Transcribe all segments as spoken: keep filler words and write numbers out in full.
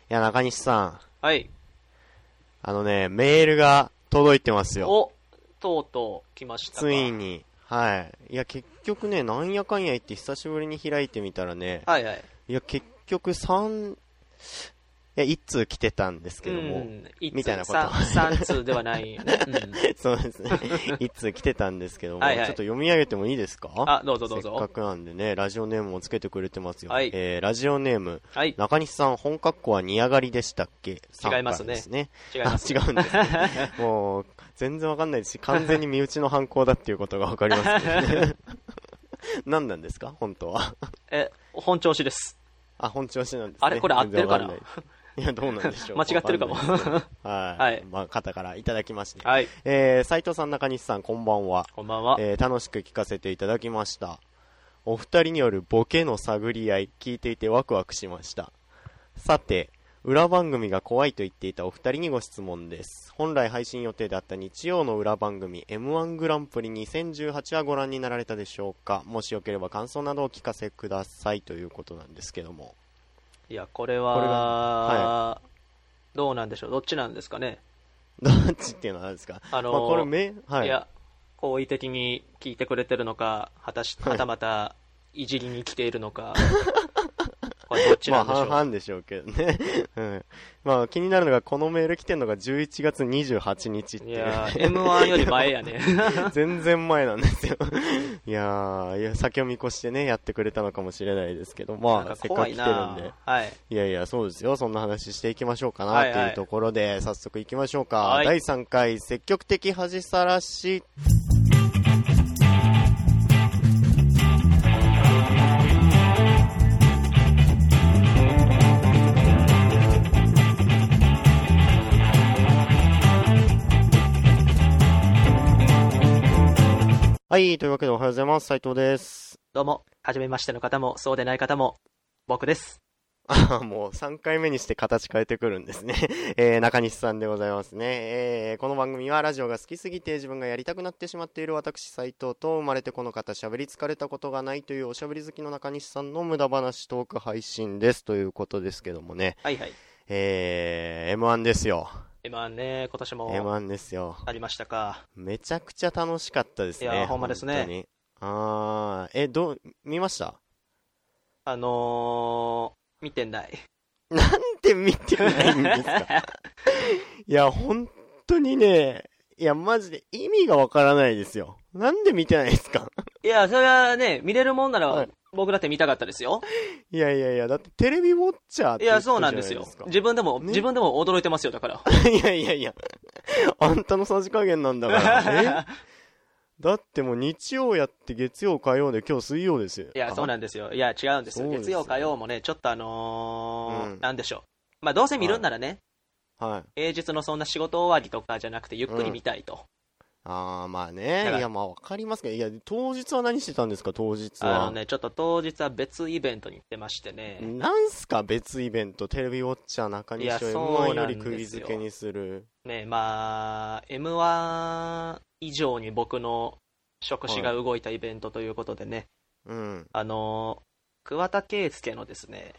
や、中西さん。 はい。 あのね、メールが届いてますよ。 お、とうとう来ましたか。 ついに。はい。いや、結局ね、なんやかんや言って久しぶりに開いてみたらね。 はいはい。 いや、結局さん、いや、一通来てたんですけども。うん、みたいなこと。 三通ではないよね。うん、 そうですね。一通来てたんですけども、はいはい、ちょっと読み上げてもいいですか？ あ、どうぞどうぞ。 せっかくなんでね、ラジオネームもつけてくれてますよ。 はい。 えー、ラジオネーム、 はい、 中西さん、本格好は煮上がりでしたっけ？ 違いますね。 ですね。 違います、 ね。違うんです、ね。もう、全然わかんないですし、完全に身内の犯行だっていうことがわかりますね。何なんですか本当は。 え、本調子です。 あ、本調子なんですね。 あれこれ合ってるかな？ いや、どうなんでしょう。 間違ってるかも。 はい。 はい。 まあ、方からいただきまして。 はい。 えー、斉藤さん、中西さん、こんばんは。 こんばんは。 えー、楽しく聞かせていただきました。お二人によるボケの探り合い、聞いていてワクワクしました。さて、裏番組が怖いと言っていたお二人にご質問です。本来配信予定であった日曜の裏番組 エムワン グランプリにせんじゅうはちはご覧になられたでしょうか？もしよければ感想などをお聞かせくださいということなんですけども。 いや、これは、これが、はい、どうなんでしょう。どっちなんですかね。 どっちっていうのは何ですか？ あのー、 まあ、これめ、はい。 いや、好意的に聞いてくれてるのか、はたし、はたまた、いじりに来ているのか。これどっちなんでしょう。 まあ、半々でしょうけどね。うん。まあ、気になるのが、このメール来てるのがじゅういちがつにじゅうはちにちっていう。 いやー、エムワン より前やね。 全然前なんですよ。いやー、いや、先を見越してね、やってくれたのかもしれないですけど、まあ、せっかく来てるんで。 はい。 いやいや、そうですよ。そんな話していきましょうかな、っていうところで、はいはい、早速行きましょうか。はい、だいさんかい、積極的恥さらし。はい、というわけでおはようございます。斉藤です。 どうも、はじめましての方も、そうでない方も、僕です。 ああ、もうさんかいめにして形変えてくるんですね。えー、中西さんでございますね。えー、この番組はラジオが好きすぎて自分がやりたくなってしまっている私斉藤と、生まれてこの方喋り疲れたことがないというおしゃべり好きの中西さんの無駄話トーク配信ですということですけどもね。 はいはい。 えー、エムワン ですよ。 エムワン ね、今年もエムワン ですよ。 ありましたか。 めちゃくちゃ楽しかったですね。 いや、ほんまですね。 本当に。あー、え、どう、見ました？ あのー、見てない。 なんで見てないんですか？いや、本当にね、いや、マジで意味がわからないですよ。なんで見てないですか？ いや、それはね、見れるもんなら、はい、僕だって見たかったですよ。 いやいやいや、だってテレビウォッチャーって言ってるじゃないですか。 いや、そうなんですよ。自分でも、ね、自分でも驚いてますよ、だから。 いやいやいや、あんたのさじ加減なんだからね。だってもう日曜やって月曜火曜で今日水曜ですよ。 いや、そうなんですよ。いや、違うんですよ。月曜火曜もね、ちょっとあのーうん、なんでしょう。まあ、どうせ見るんならね、 はい。 平日のそんな仕事終わりとかじゃなくて、ゆっくり見たいと。 うん、ああ、まあね。いや、まあわかりますけど、いや、当日は何してたんですか、当日は。 あのね、ちょっと当日は別イベントに行ってましてね。 なんすか、別イベント。テレビウォッチャー中西を エムワン より釘付けにする。 ね、まあ、エムワン 以上に僕の触手が動いたイベントということでね、 はい、うん、 あの桑田佳祐のですね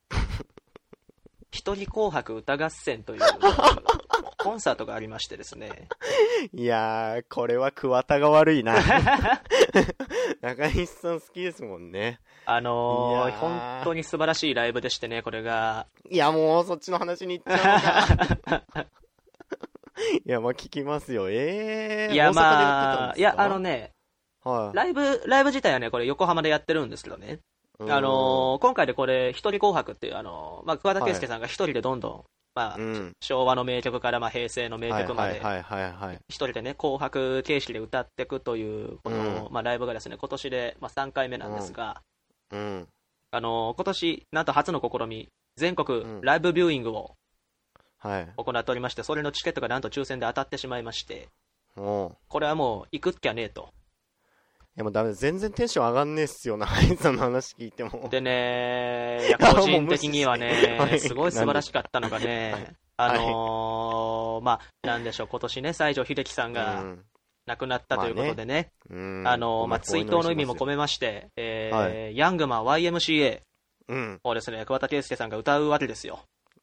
一人紅白歌合戦というコンサートがありましてですね。 いやー、これは桑田が悪いな。中西さん好きですもんね。 あのー、本当に素晴らしいライブでしてね、これが。 いや、もうそっちの話に行っちゃうか。いや、まあ聞きますよ。えー。 いや、まあ、いや、あのね、 はい、 ライブ、ライブ自体はね、これ横浜でやってるんですけどね。あのー、今回でこれ、一人紅白っていう、あのー、まあ、桑田佳祐さんが一人でどんどん、はい、まあ、うん、昭和の名曲からまあ平成の名曲まで、一人でね、紅白形式で歌っていくという、この、うん、まあ、ライブがですね、今年でまあさんかいめなんですが、 うんうん、 あのー、今年、なんと初の試み、全国ライブビューイングを行っておりまして、それのチケットがなんと抽選で当たってしまいまして、これはもう、行くっきゃねえと。 いやもうダメ、全然テンション上がんねえっすよな、ハイさんの話聞いても。 でね、いや個人的にはね、すごい素晴らしかったのがね、あのー、まあ、なんでしょう、今年ね、西城秀樹さんが亡くなったということでね、まあ、ねあのー、まあ、追悼の意味も込めまして、えーはい、ヤングマン ワイエムシーエー をですね、桑田佳祐さんが歌うわけですよ。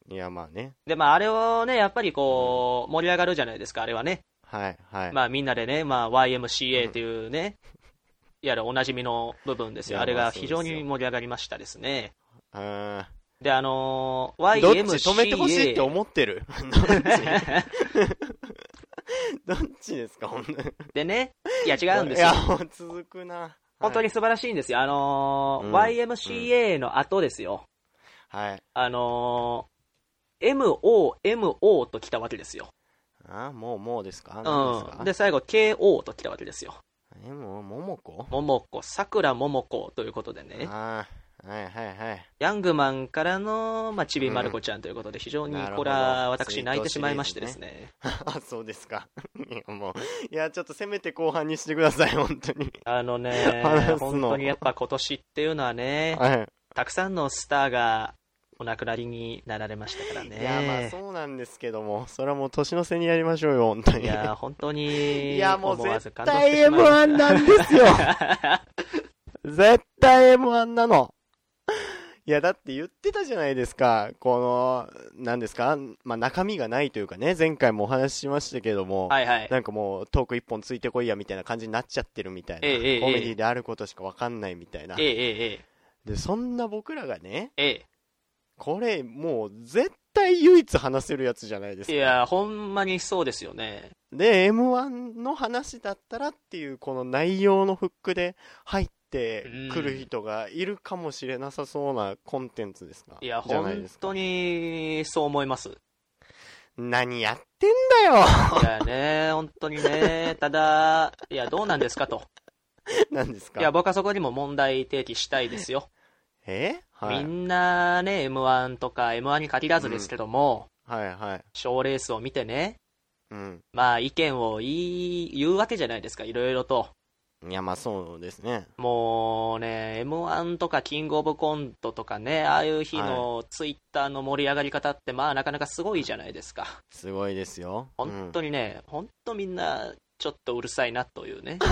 いや、まあね。 で、まあ、あれをね、やっぱりこう、盛り上がるじゃないですか、あれはね。 はいはい。 まあ、みんなでね、まあ、ワイエムシーエー っていうね、いわゆるおなじみの部分ですよ。あれが非常に盛り上がりましたですね。 あで、あのー、ワイエムシーエー。 どっち止めてほしいって思ってるどっちどっちですか、ほんでね、いや違うんですよ。 いや、もう続くな。 本当に素晴らしいんですよ。あのーうん、ワイエムシーエー の後ですよ。 はい。 あのー、エムオーエムオー と来たわけですよ。 ああ、もうもうですか。 うん。で、最後 ケーオー と来たわけですよ。 え、もう、ももこももこ、さくらももこということでね。 ああ、はいはいはい。 ヤングマンからの、まあ、ちびまる子ちゃんということで、非常にこれは私泣いてしまいましてですね。 あ、そうですか。いや、もう、いや、ちょっとせめて後半にしてください、本当に。 あのね、本当にやっぱ今年っていうのはね、はい、たくさんのスターがお亡くなりになられましたからね。 いや、まあそうなんですけども、それはもう年の瀬にやりましょうよ、本当に。 いや、本当に、 いや、もう絶対 エムワン なんですよ。絶対 エムワン なの。いや、だって言ってたじゃないですか。この、何ですか、まあ中身がないというかね、前回もお話ししましたけども、 はいはい、 なんかもうトーク一本ついてこいやみたいな感じになっちゃってるみたいな、 ええ、 コメディであることしかわかんないみたいな。 ええ、 で、そんな僕らがね、 ええ、 これもう絶対唯一話せるやつじゃないですか。 いや、ほんまにそうですよね。 で、エムワン の話だったらっていうこの内容のフックで入って来る人がいるかもしれなさそうなコンテンツですか。 いや、本当にそう思います。 何やってんだよ。 いやね、本当にね、ただ、いや、どうなんですかと。 何ですか。 いや、僕はそこにも問題提起したいですよ。 え、はい、 みんなね、エムワン とか エムワン に限らずですけども、 うん、はいはい。 賞レースを見てね、 うん、 まあ意見を言い、言うわけじゃないですか、いろいろと。 いや、まあそうですね。 もうね、エムワン とかキングオブコントとかね、ああいう日のツイッターの盛り上がり方って、まあなかなかすごいじゃないですか。 すごいですよ。 本当にね、うん、本当みんなちょっとうるさいなというね。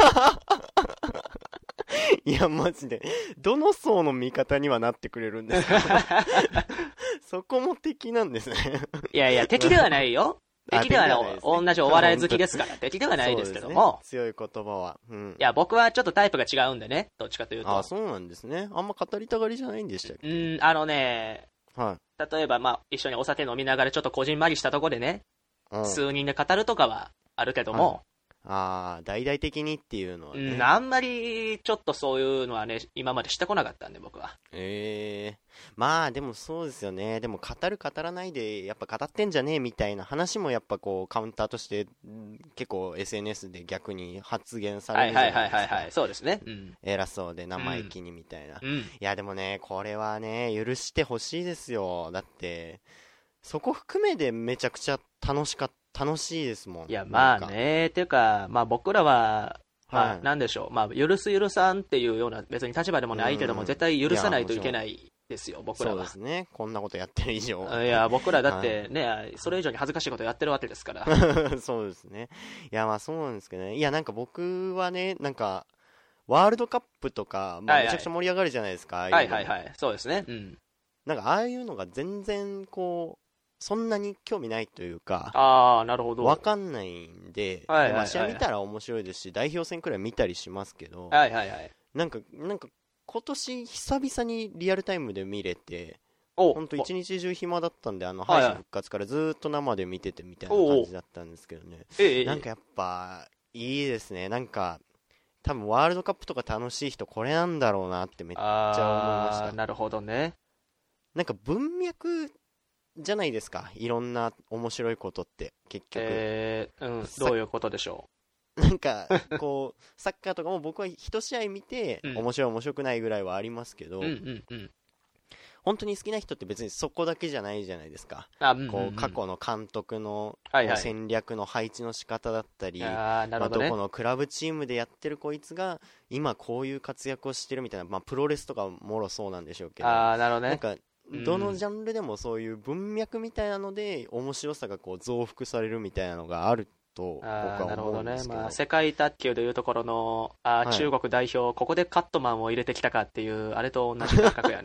いや、マジで、どの層の味方にはなってくれるんですか。そこも敵なんですね。 いやいや、敵ではないよ。敵ではない、ね、同じお笑い好きですから、敵ではないですけども。 ね、強い言葉は、うん。 いや、僕はちょっとタイプが違うんでね、どっちかというと。 あ、そうなんですね。あんま語りたがりじゃないんでしたっけ。 うん、あのね、 はい、 例えば、まあ、一緒にお酒飲みながらちょっとこじんまりしたところでね、うん、数人で語るとかはあるけども、はい、 ああ、大々的にっていうのはね、 うん、あんまりちょっとそういうのはね、今までしてこなかったんで、僕は。 ええー、まあでもそうですよね。でも語る語らないでやっぱ語ってんじゃねえみたいな話もやっぱこうカウンターとして結構 エスエヌエス で逆に発言されるじゃないですか。 はいはいはいはい、そうですね。うん、 偉そうで生意気にみたいな、 うんうん。いやでもね、これはね、許してほしいですよ。だってそこ含めでめちゃくちゃ楽しかった。楽しいですもん。 いや、まあね、っていうか、まあ僕らは、まあ、なんでしょう、まあ、許す許さんっていうような、別に立場でもないけども、絶対許さないといけないですよ、僕らは。 そうですね、こんなことやってる以上。 いや、僕らだってね、はい、それ以上に恥ずかしいことやってるわけですから。 そうですね。いや、まあそうなんですけどね。いや、なんか僕はね、なんか、ワールドカップとか、まあ、めちゃくちゃ盛り上がるじゃないですか、 はいはい、はいはいはい、そうですね。うん。 なんか、ああいうのが全然、こう、そんなに興味ないというか、 ああ、なるほど。 わかんないんで、 はいはいはい、 試合見たら面白いですし、代表戦くらい見たりしますけど、 はいはいはい。 なんか、なんか、今年久々にリアルタイムで見れて、ほんと一日中暇だったんで、あの、敗者復活からずっと生で見ててみたいな感じだったんですけどね。 おうおう、 なんかやっぱ、いいですね。なんか、多分ワールドカップとか楽しい人これなんだろうなってめっちゃ思いました。 あー、なるほどね。 なんか文脈じゃないですか、いろんな面白いことって結局、 えー、うん、どういうことでしょう。なんかこうサッカーとかも僕は一試合見て、うん、面白い面白くないぐらいはありますけど、 うんうんうん、 本当に好きな人って別にそこだけじゃないじゃないですか。 あ、うんうんうん、 こう過去の監督の、 はいはい、 戦略の配置の仕方だったり、 あ、なるほどね、 まあ、どこのクラブチームでやってるこいつが今こういう活躍をしてるみたいな、まあ、プロレスとかもろそうなんでしょうけど、 あ、なるほどね、 なんかどのジャンルでもそういう文脈みたいなので面白さがこう増幅されるみたいなのがあると僕は思うんですけど。 なるほどね、まあ、世界卓球でいうところのあ、はい、中国代表ここでカットマンを入れてきたかっていうあれと同じ感覚やね。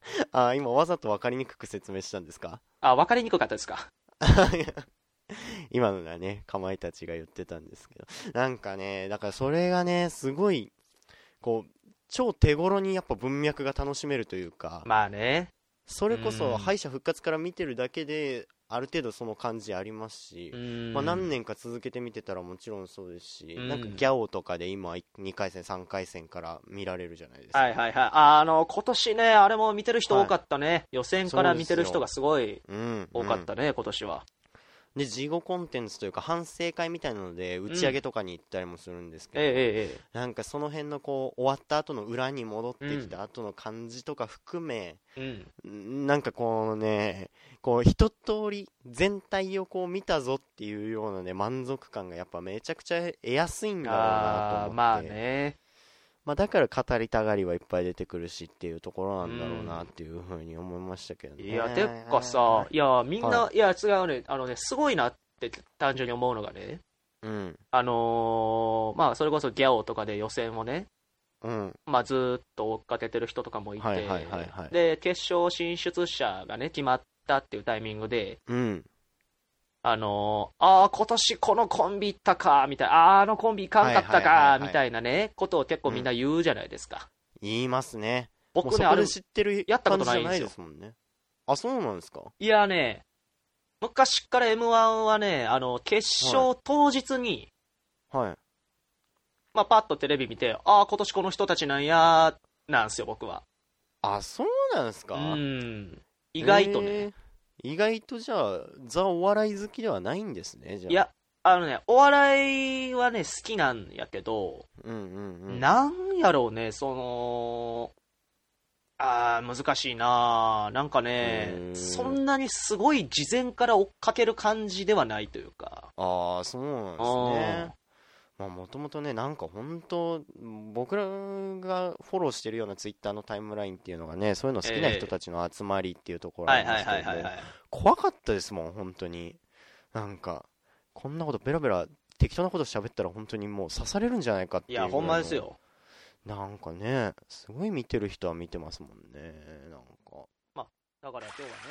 あ、今わざと分かりにくく説明したんですか？ あ、分かりにくかったですか？ 今のがね、かまいたちが言ってたんですけど。なんかね、だからそれがね、すごい、こう、超手頃にやっぱ文脈が楽しめるというか。 まあね。 それこそ敗者復活から見てるだけで、ある程度その感じありますし、まあ、何年か続けて見てたらもちろんそうですし、なんかギャオとかで今にかい戦さんかい戦から見られるじゃないですか。 はいはいはい。あの今年ね、あれも見てる人多かったね、はい、予選から見てる人がすごい多かったね、うんうん、今年は。 で事後コンテンツというか反省会みたいなので打ち上げとかに行ったりもするんですけど、うんええ、なんかその辺のこう終わった後の裏に戻ってきた後の感じとか含め、うん、なんかこうねこう一通り全体をこう見たぞっていうようなね満足感がやっぱめちゃくちゃ得やすいんだろうなと思って、 まあね、 まあ、だから語りたがりはいっぱい出てくるしっていうところなんだろうなっていうふうに思いましたけどね。 いやてっかさ、いやみんな、はい、いや違うね、あのねすごいなって単純に思うのがね、うん、あのー、まあそれこそギャオとかで予選をね、うん、まあずっと追っかけてる人とかもいて、はいはいはいはい、で決勝進出者がね決まったっていうタイミングで、うん、あのー、ああ今年このコンビいったかみたいな、ああのコンビいかんかったかみたいなねことを結構みんな言うじゃないですか、 うん、言いますね。 僕ねあれ知ってるやったことないんですよ。 ですもんね。あ、そうなんですか。 いやね昔から エムワン はねあの決勝当日に、はいはい、まあ、パッとテレビ見てああ今年この人たちなんやなんすよ僕は。 あ、そうなんですか。 うん意外とね、えー意外とじゃあザお笑い好きではないんですね。じゃあいやあのねお笑いはね好きなんやけど、うんうんうん、なんやろうねそのあー難しいななんかねそんなにすごい事前から追っかける感じではないというか。 ああそうなんですね。まあもともとねなんか本当僕らがフォローしてるようなツイッターのタイムラインっていうのがねそういうの好きな人たちの集まりっていうところなんですけど怖かったですもん本当に。なんかこんなことベラベラ適当なこと喋ったら本当にもう刺されるんじゃないかっていう。 いやほんまですよ。 なんかねすごい見てる人は見てますもんね。なんかまあだから今日はね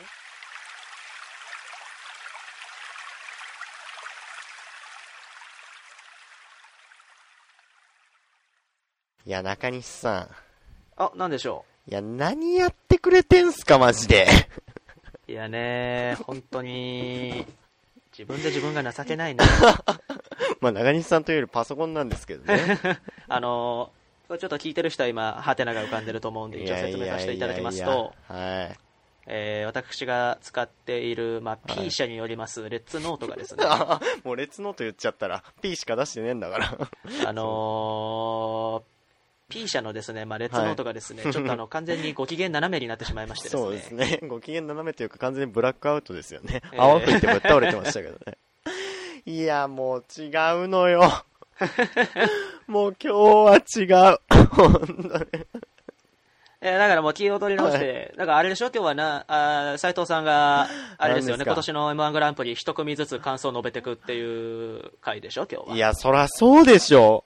いや中西さん、 あ、なんでしょう。いや何やってくれてんすかマジで。 いやね本当に自分で自分が情けないな。 まあ中西さんというよりパソコンなんですけどね。 あのー、これちょっと聞いてる人は今ハテナが浮かんでると思うんで一応説明させていただきますと、はい、えー、私が使っている、まあ、P 社によりますレッツノートがですね、 はい、もうレッツノート言っちゃったら P しか出してねえんだから。 あのーP 社のですね、まあ、レッツノートがですね、はい、ちょっとあの完全にご機嫌斜めになってしまいましてですね。 そうですね。ご機嫌斜めというか完全にブラックアウトですよね。えー、泡吹いてぶっ倒れてましたけどね。いやもう違うのよ。もう今日は違う。本当に。 えー、だからもう気を取り直して、はい、だからあれでしょ今日はな、あ斉藤さんが、あれですよね、今年の エムワン グランプリ一組ずつ感想を述べてくっていう回でしょ今日は。 いや、そらそうでしょ。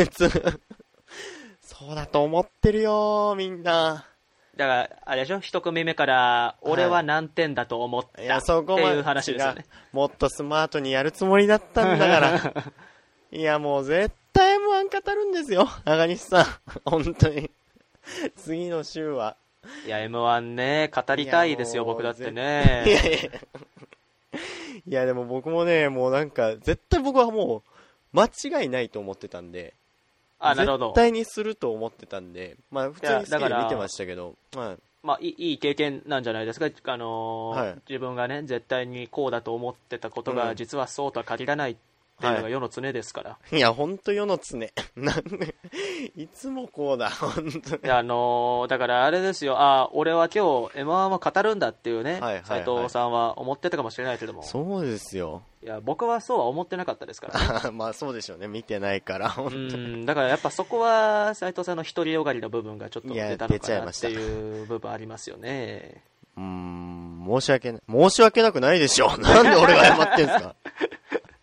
そうだと思ってるよみんな。 だからあれでしょ一組目から俺は何点だと思った、はい、いやそこっていう話ですよね。 もっとスマートにやるつもりだったんだからいやもう絶対 エムワン 語るんですよ中西さん本当に次の週は。 いや エムワン ね語りたいですよ僕だってね。いやいやいやでも僕もねもうなんか絶対僕はもう間違いないと思ってたんで。 あ、なるほど。 絶対にすると思ってたんで、まあ普通に好きで見てましたけど、 はい、まあいい、いい経験なんじゃないですか。あのーはい、自分がね絶対にこうだと思ってたことが実はそうとは限らないっていうのが世の常ですから。はい、いや本当世の常。なんでいつもこうだ本当に。 いやあのー、だからあれですよ。あ俺は今日 エムワン を語るんだっていうね、はいはいはい、斉藤さんは思ってたかもしれないけども。 そうですよ。 いや僕はそうは思ってなかったですから、 ね、まあそうでしょうね見てないから本当に。 うんだからやっぱそこは斉藤さんの独りよがりの部分がちょっと出たのかなっていう部分ありますよね。 うーん申し訳ない申し訳なくないでしょなんで俺が謝ってんすか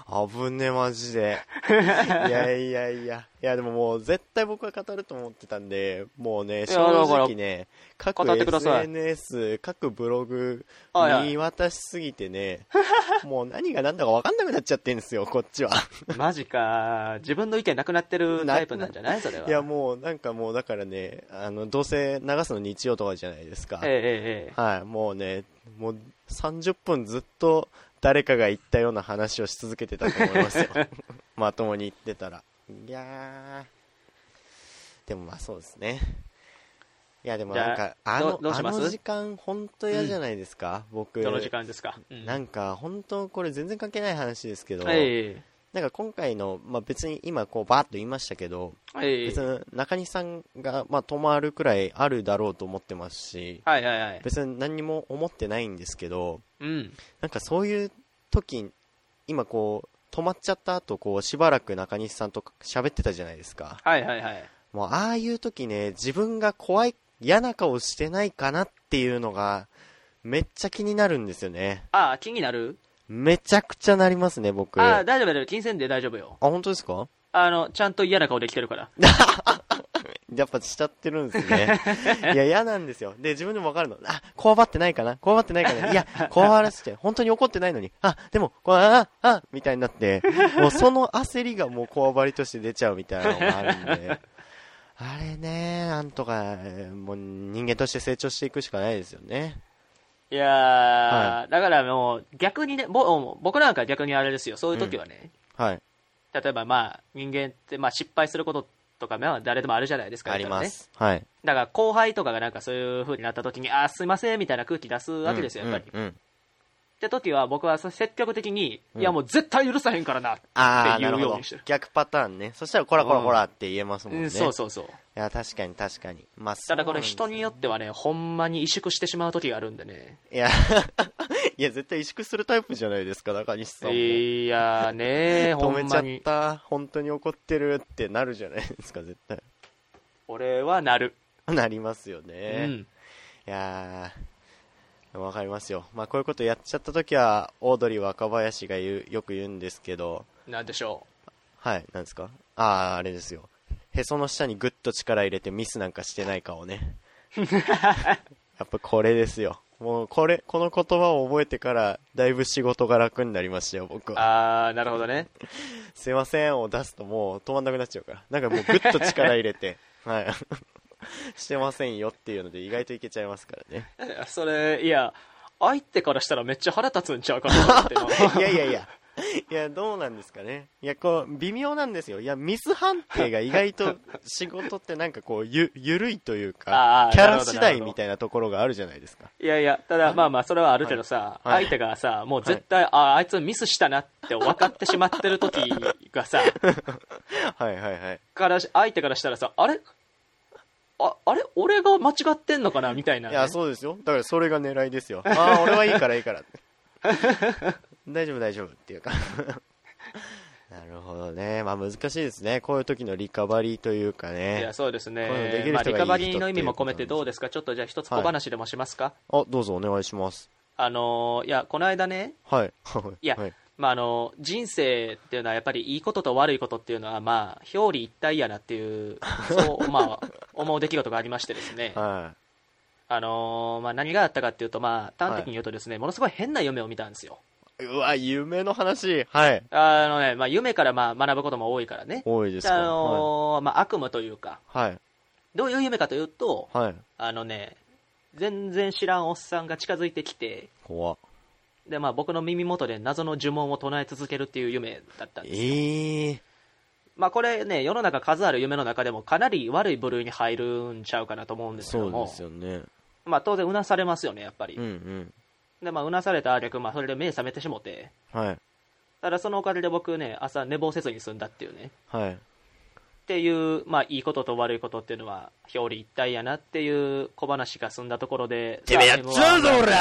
危ねマジで。いやいやいや。いやでももう絶対僕は語ると思ってたんで、もうね、正直ね、各 エスエヌエス、各ブログ見渡しすぎてね、もう何が何だか分かんなくなっちゃってんですよ、こっちは。 マジか。自分の意見なくなってるタイプなんじゃないそれは。 いやもうなんかもうだからね、あの、どうせ流すの日曜とかじゃないですか。 ええええ。 はい、もうね、もうさんじゅっぷんずっと、誰かが言ったような話をし続けてたと思いますよ。まともに言ってたら。いやー。でもまあそうですね。いやでもなんか、あの、あの時間本当嫌じゃないですか、うん、僕。 どの時間ですか、 うん、なんか本当これ全然関係ない話ですけど、 えー、 なんか今回の、まあ、別に今こうバーッと言いましたけど、えー、別に中西さんが、まあ、泊まるくらいあるだろうと思ってますし、 はいはいはい、 別に何にも思ってないんですけど、 うん、 なんかそういう時、今こう泊まっちゃった後こうしばらく中西さんと喋ってたじゃないですか。 はいはいはい。 もうああいう時ね、自分が怖い嫌な顔してないかなっていうのがめっちゃ気になるんですよね。 ああ、気になる？ めちゃくちゃなりますね、僕。 ああ、大丈夫大丈夫。気にせんで大丈夫よ。 あ、本当ですか？ あの、ちゃんと嫌な顔できてるから。 やっぱしちゃってるんですね。いや、嫌なんですよ。で、自分でもわかるの。あ、こわばってないかなこわばってないかないや、こわばらせて、本当に怒ってないのに。あ、でも、こわ、あ、あ、みたいになって、もうその焦りがもうこわばりとして出ちゃうみたいなのがあるんで。あれね、なんとか、もう人間として成長していくしかないですよね。 いやー、はい、だからもう逆にね、ぼ僕なんか逆にあれですよ、そういう時はね、 うん、はい、 例えばまあ人間ってまあ失敗することとかは誰でもあるじゃないですか、 あります、 ね、 はい、 だから後輩とかがなんかそういう風になった時に、あーすいませんみたいな空気出すわけですよ、やっぱり。 うんうんうん、 って時は僕は積極的に、うん、いやもう絶対許さへんからなっていうようにしてる。 逆パターンね。そしたらコラコラコラって言えますもんね。うん、 そうそうそう。 いや確かに確かに。まあ、 ただこれ人によってはね、ほんまに萎縮してしまう時があるんでね。 いやいや絶対萎縮するタイプじゃないですか、中西さんも。 いやねほんまに。 止めちゃった、本当に怒ってるってなるじゃないですか、絶対。 俺はなる。 なりますよね。 うん、 いやー。わかりますよ。まあこういうことやっちゃった時はオードリー若林が言うよく言うんですけど。 なんでしょう。はい、なんですか。あああれですよ。へその下にグッと力入れてミスなんかしてないかをね。やっぱこれですよ。もうこれこの言葉を覚えてからだいぶ仕事が楽になりましたよ、僕は。 ああなるほどね。 すいませんを出すともう止まんなくなっちゃうから。なんかもうグッと力入れてはい。してませんよっていうので意外といけちゃいますからね。 それいや相手からしたらめっちゃ腹立つんちゃうかなっていやいやいやいやどうなんですかね。いやこう微妙なんですよ。いやミス判定が意外と仕事ってなんかこうゆゆるいというかキャラ次第みたいなところがあるじゃないですか。 いやいやただまあまあそれはあるけどさ、はい、相手がさもう絶対、はい、ああいつミスしたなって分かってしまってる時がさはいはいはいから相手からしたらさあれあ, あれ俺が間違ってんのかなみたいな、ね、 いやそうですよ。だからそれが狙いですよ。ああ俺はいいからいいから大丈夫大丈夫っていうかなるほどね。まあ難しいですね、こういう時のリカバリーというかね。 いやそうですね。こういうのできる人がいい人っていうことなんです。まあ、リカバリーの意味も込めてどうですか。ちょっとじゃあ一つ小話でもしますか。 はい、あどうぞお願いします。 あのー、いやこの間ね、 はいいや、はいまあ、あの人生っていうのはやっぱりいいことと悪いことっていうのはまあ表裏一体やなっていうそうまあ思う出来事がありましてですね、 はいあのーまあ、何があったかっていうとまあ端的に言うとですね、はい、ものすごい変な夢を見たんですよ。 うわ夢の話。はいあのねまあ夢からまあ学ぶことも多いからね。 多いですか。 あのーはい、まあ悪夢というか、 はい、 どういう夢かというと、 はい、あのね全然知らんおっさんが近づいてきて怖っでまあ、僕の耳元で謎の呪文を唱え続けるっていう夢だったんですよ。 えーまあ、これね世の中数ある夢の中でもかなり悪い部類に入るんちゃうかなと思うんですけども。 そうですよね。 まあ、当然うなされますよねやっぱり、 うんうん、 でまあうなされた挙句、まあ、それで目覚めてしもて、 はい、 ただそのおかげで僕ね朝寝坊せずに済んだっていうね、 はい、 っていう、まあ、いいことと悪いことっていうのは表裏一体やなっていう小話が済んだところで、 てめえやっちゃうぞ俺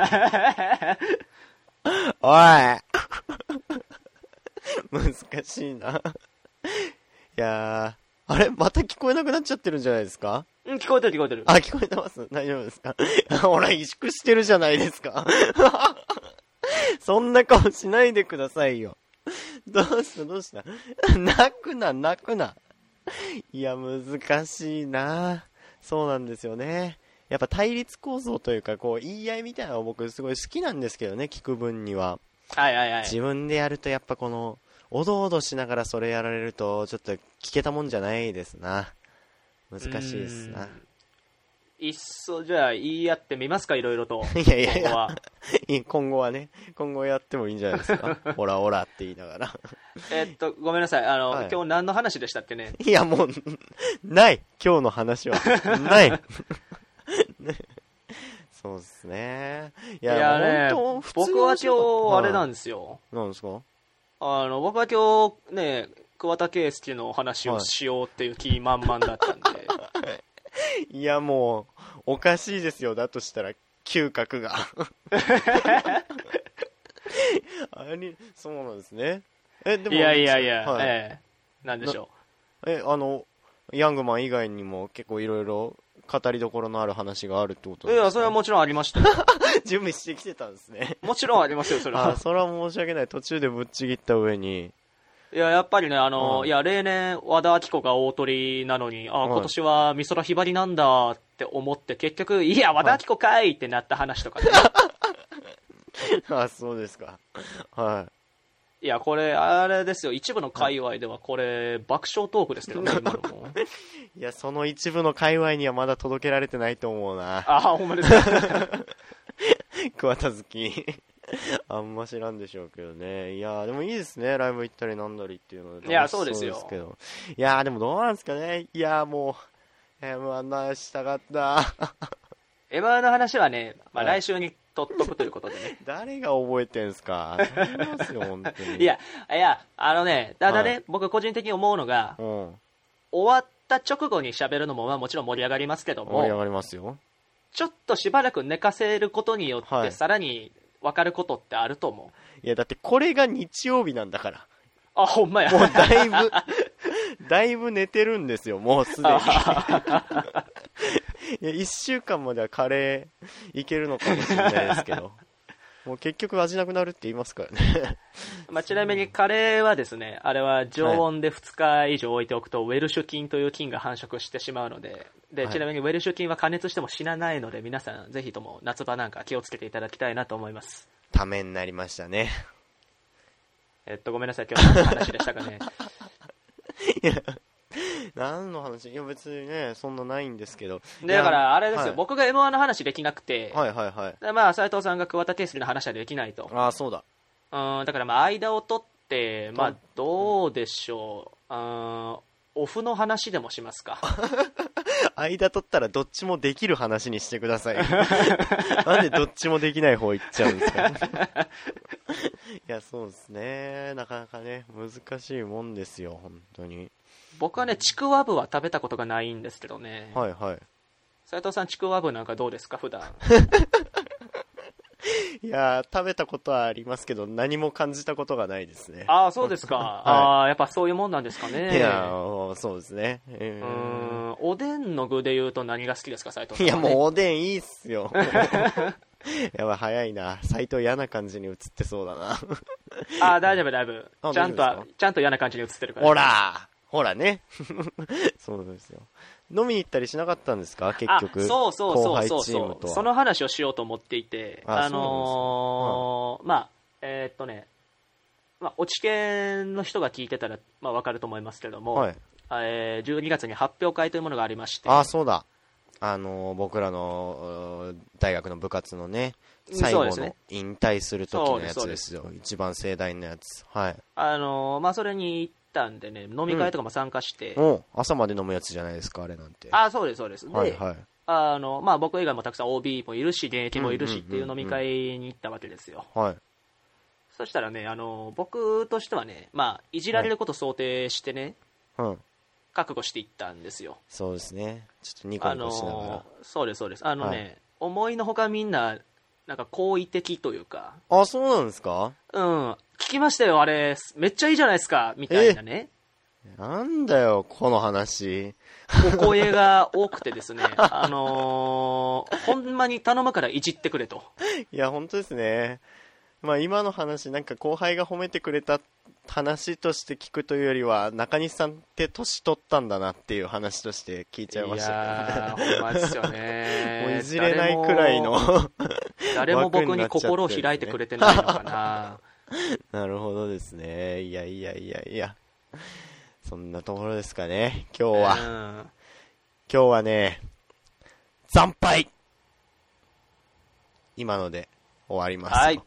おい難しいな。いやーあれまた聞こえなくなっちゃってるんじゃないですか。 うん聞こえてる聞こえてる。 あ聞こえてます。大丈夫ですか。ほら萎縮してるじゃないですかそんな顔しないでくださいよ。 どうしたどうした泣くな泣くな。いや難しいな。そうなんですよね。やっぱ対立構造というかこう言い合いみたいなのを僕すごい好きなんですけどね、聞く分には。 はいはいはい。 自分でやるとやっぱこのおどおどしながらそれやられるとちょっと聞けたもんじゃないですな。難しいですな。 いっそじゃあ言い合ってみますか、いろいろと。 いやいやいや、 今後は今後はね、今後やってもいいんじゃないですか。オラオラって言いながら。 えっとごめんなさい、あの、 はい、 今日何の話でしたっけね。 いやもうない今日の話はないそうですね。いや、いやね、 本当僕は今日あれなんですよ。 なんですか。 あの僕は今日ね、桑田佳祐の話をしようっていう気満々だったんで、はい、 いやもうおかしいですよ。だとしたら嗅覚があれ、そうなんですね。えでもいやいやいや、 はい、 ええ、なんでしょう。えあのヤングマン以外にも結構いろいろ語りどころのある話があるってことですか。 いやそれはもちろんありましたよ準備してきてたんですね。 もちろんありますよ、それは。 あ、それは申し訳ない。途中でぶっちぎった上に。 いや、やっぱりね、あの、 うん、 いや、例年、和田アキ子が大鳥なのに、あ、今年は美空ひばりなんだって思って、結局、いや、和田アキ子かいってなった話とかね。 あ、そうですか。はい。 いや、これ、あれですよ、一部の界隈では、これ、爆笑トークですけどね、今のも。 いや、その一部の界隈にはまだ届けられてないと思うな。 あ、ほんまですか。 桑田好き。あんま知らんでしょうけどね。いやでもいいですね、ライブ行ったりなんだりっていうので。 いやそうですよ。 けどいやでもどうなんですかね。いやもう エムワン の話したかったエムワン の話はね、まあ、来週に取っとくということでね。 誰が覚えてんすか。頼みますよ本当に。 いやいや、あのね、ただね、はい、僕個人的に思うのが、うん、終わった直後に喋るのもまあもちろん盛り上がりますけども、 盛り上がりますよ。 ちょっとしばらく寝かせることによって、はい、さらに分かることってあると思う。いやだってこれが日曜日なんだから。 あ、ほんまや。 もうだいぶだいぶ寝てるんですよ、もうすでに。いやいっしゅうかんまではカレーいけるのかもしれないですけど、もう結局味なくなるって言いますからね。 まあちなみにカレーはですね、あれは常温でふつか以上置いておくと、ウェルシュ菌という菌が繁殖してしまうので、で、ちなみにウェルシュ菌は加熱しても死なないので、皆さんぜひとも夏場なんか気をつけていただきたいなと思います。 ためになりましたね。 えっとごめんなさい、今日何の話でしたかね。 いや何の話。いや別にねそんなないんですけど。 でだからあれですよ、はい、僕が エムワン の話できなくて、 はいはいはい、 でまあ斉藤さんが桑田佳祐の話はできないと。 ああそうだ。 うん、だからまあ間を取ってまあどうでしょう、うん、オフの話でもしますか。 間取ったらどっちもできる話にしてください。なんでどっちもできない方行っちゃうんですか。いやそうですね、なかなかね難しいもんですよ本当に。 僕はねちくわぶは食べたことがないんですけどね。 はいはい。 斉藤さんちくわぶなんかどうですか普段。 いや食べたことはありますけど何も感じたことがないですね。 ああそうですか。はい、ああやっぱそういうもんなんですかね。 いやそうですね、えー、うーんおでんの具で言うと何が好きですか斉藤さん、ね。 いやもうおでんいいっすよ。やばい早いな、斉藤嫌な感じに映ってそうだな。 ああ大丈夫大丈夫、ちゃんとちゃんと嫌な感じに映ってるから。 ほらほらね。そうですよ。飲みに行ったりしなかったんですか結局。 あそうそうそうそうそう。 その話をしようと思っていて、あ、あのーはい、まあえー、っとね、まあ、落ち研の人が聞いてたら、まあ、分かると思いますけども、はい、えー、じゅうにがつに発表会というものがありまして。 あそうだ、あのー、僕らの大学の部活のね最後の引退する時のやつですよ。一番盛大なやつ。はい。 あのー、まあそれに行ったんでね、飲み会とかも参加して、 うん、朝まで飲むやつじゃないですかあれなんて。 あそうですそうです。で、 はいはい、 あのまあ僕以外もたくさん オービー もいるし現役もいるしっていう飲み会に行ったわけですよ。 はい。 そしたらね、あの僕としてはね、まあいじられることを想定してね、はい、覚悟していったんですよ。 そうですね。ちょっとニコニコしながら。あのそうですそうです。あのね、はい、思いのほかみんななんか好意的というか。 あ、そうなんですか。 うん。聞きましたよ、あれ。めっちゃいいじゃないですか、みたいなね。 なんだよ、この話。 お声が多くてですね、あのー、ほんまに頼むからいじってくれと。 いや、本当ですね。 まあ今の話、なんか後輩が褒めてくれた話として聞くというよりは、中西さんって年取ったんだなっていう話として聞いちゃいましたね。 いやー、ほんまですよね。 もういじれないくらいの誰も僕に心を開いてくれてないのかな。 なるほどですね。いやいやいやいや。そんなところですかね、今日は。うん、今日はね、惨敗今ので終わります。はい。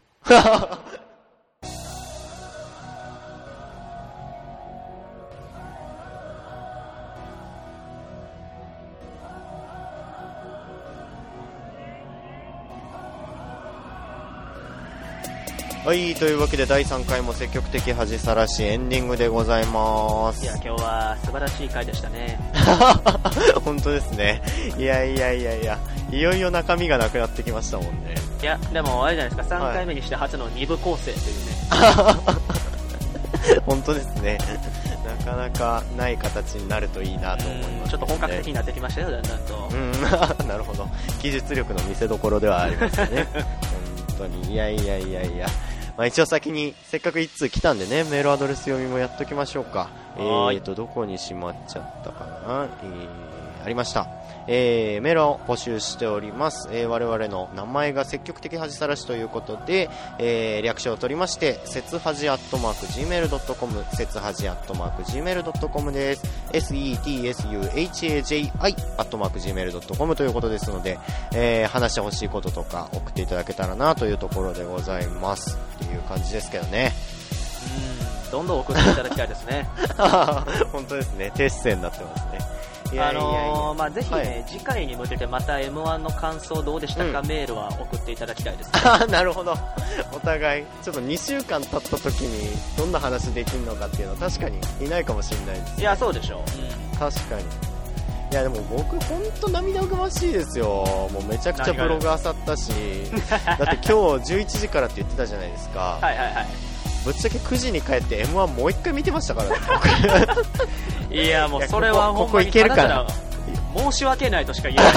はい、というわけでだいさんかいも積極的恥さらしエンディングでございます。 いや、今日は素晴らしい回でしたね。 本当ですね。いやいやいやいや、いよいよ中身がなくなってきましたもんね。 いや、でもあれじゃないですか、さんかいめにして初のに部構成というね。 本当ですね。なかなかない形になるといいなと思います、ね、 ちょっと本格的になってきましたよ、だんだんと。 うん、なるほど。技術力の見せ所ではありますよね。本当に。いやいやいやいや。まあ、一応先にせっかく一通来たんでね、メールアドレス読みもやっときましょうか。えーとどこにしまっちゃったかな、えー、ありました。えー、メールを募集しております。えー、我々の名前が積極的恥さらしということで、えー、略称を取りまして、せつはじアットマーク ジーメールドットコム、せつはじアットマーク ジーメールドットコム です。セツハジ アットマーク ジーメールドットコム ということですので、えー、話してほしいこととか送っていただけたらなというところでございますっていう感じですけどね。 うん、どんどん送っていただきたいですね。 本当ですね、低姿勢になってますね。いやいやいや、あのー、まあ、ぜひね、はい、次回に向けてまた エムワン の感想どうでしたか、うん、メールは送っていただきたいですね。 なるほど。お互いちょっとにしゅうかん経った時にどんな話できるのかっていうのは確かにいないかもしれないです、ね、 いやそうでしょう、 うん、確かに。いやでも僕本当涙ぐましいですよ。もうめちゃくちゃブログ漁ったしだって今日じゅういちじからって言ってたじゃないですか。 はいはいはい。 ぶっちゃけくじに帰って エムワン もう一回見てましたからね。 いやもうそれはほんまにただただ申し訳ないとしか言えない。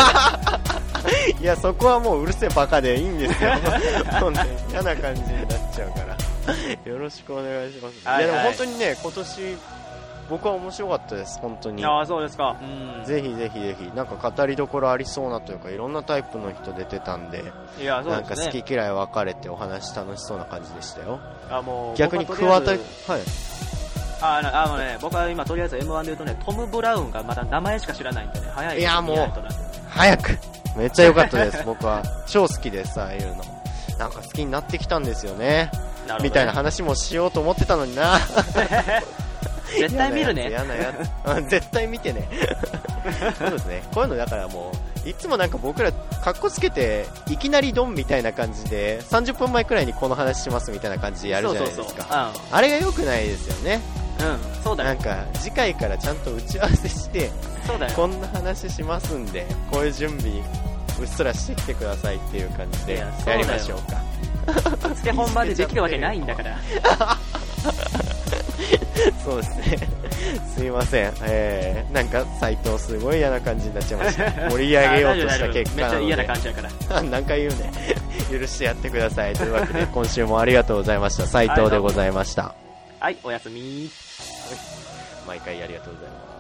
いやそこはもううるせえバカでいいんですよ。本当に嫌な感じになっちゃうからよろしくお願いします。はいはい、いやでも本当にね今年僕は面白かったです本当に。 ああそうですか。 うん、ぜひぜひぜひなんか語りどころありそうなというかいろんなタイプの人出てたんで、 いやそうですね、 なんか好き嫌い分かれてお話楽しそうな感じでしたよ。 あもう逆に桑田はい。 ああのね、僕は今とりあえず エムワン で言うとね、トム・ブラウンがまだ名前しか知らないんでね、早い。 いやもう早くめっちゃ良かったです。僕は超好きですああいうの。なんか好きになってきたんですよね。ねみたいな話もしようと思ってたのにな。 絶対見るね。 嫌なやつ絶対見てね。そうですね。こういうのだからもういつもなんか僕らカッコつけていきなりドンみたいな感じでさんじゅっぷんまえくらいにこの話しますみたいな感じでやるじゃないですか。そうそうそう、うん、あれが良くないですよね。 うん、そうだよ。 なんか次回からちゃんと打ち合わせしてそうだよ、 こんな話しますんでこういう準備うっすらしてきてくださいっていう感じでやりましょうか。 つけ本番でできるわけないんだからそうですね。すいません、えー、なんか斉藤すごい嫌な感じになっちゃいました。盛り上げようとした結果なのでめっちゃ嫌な感じだから何回言うね。許してやってくださいというわけで今週もありがとうございました。斉藤でございました。 はい、おやすみ。 毎回ありがとうございます。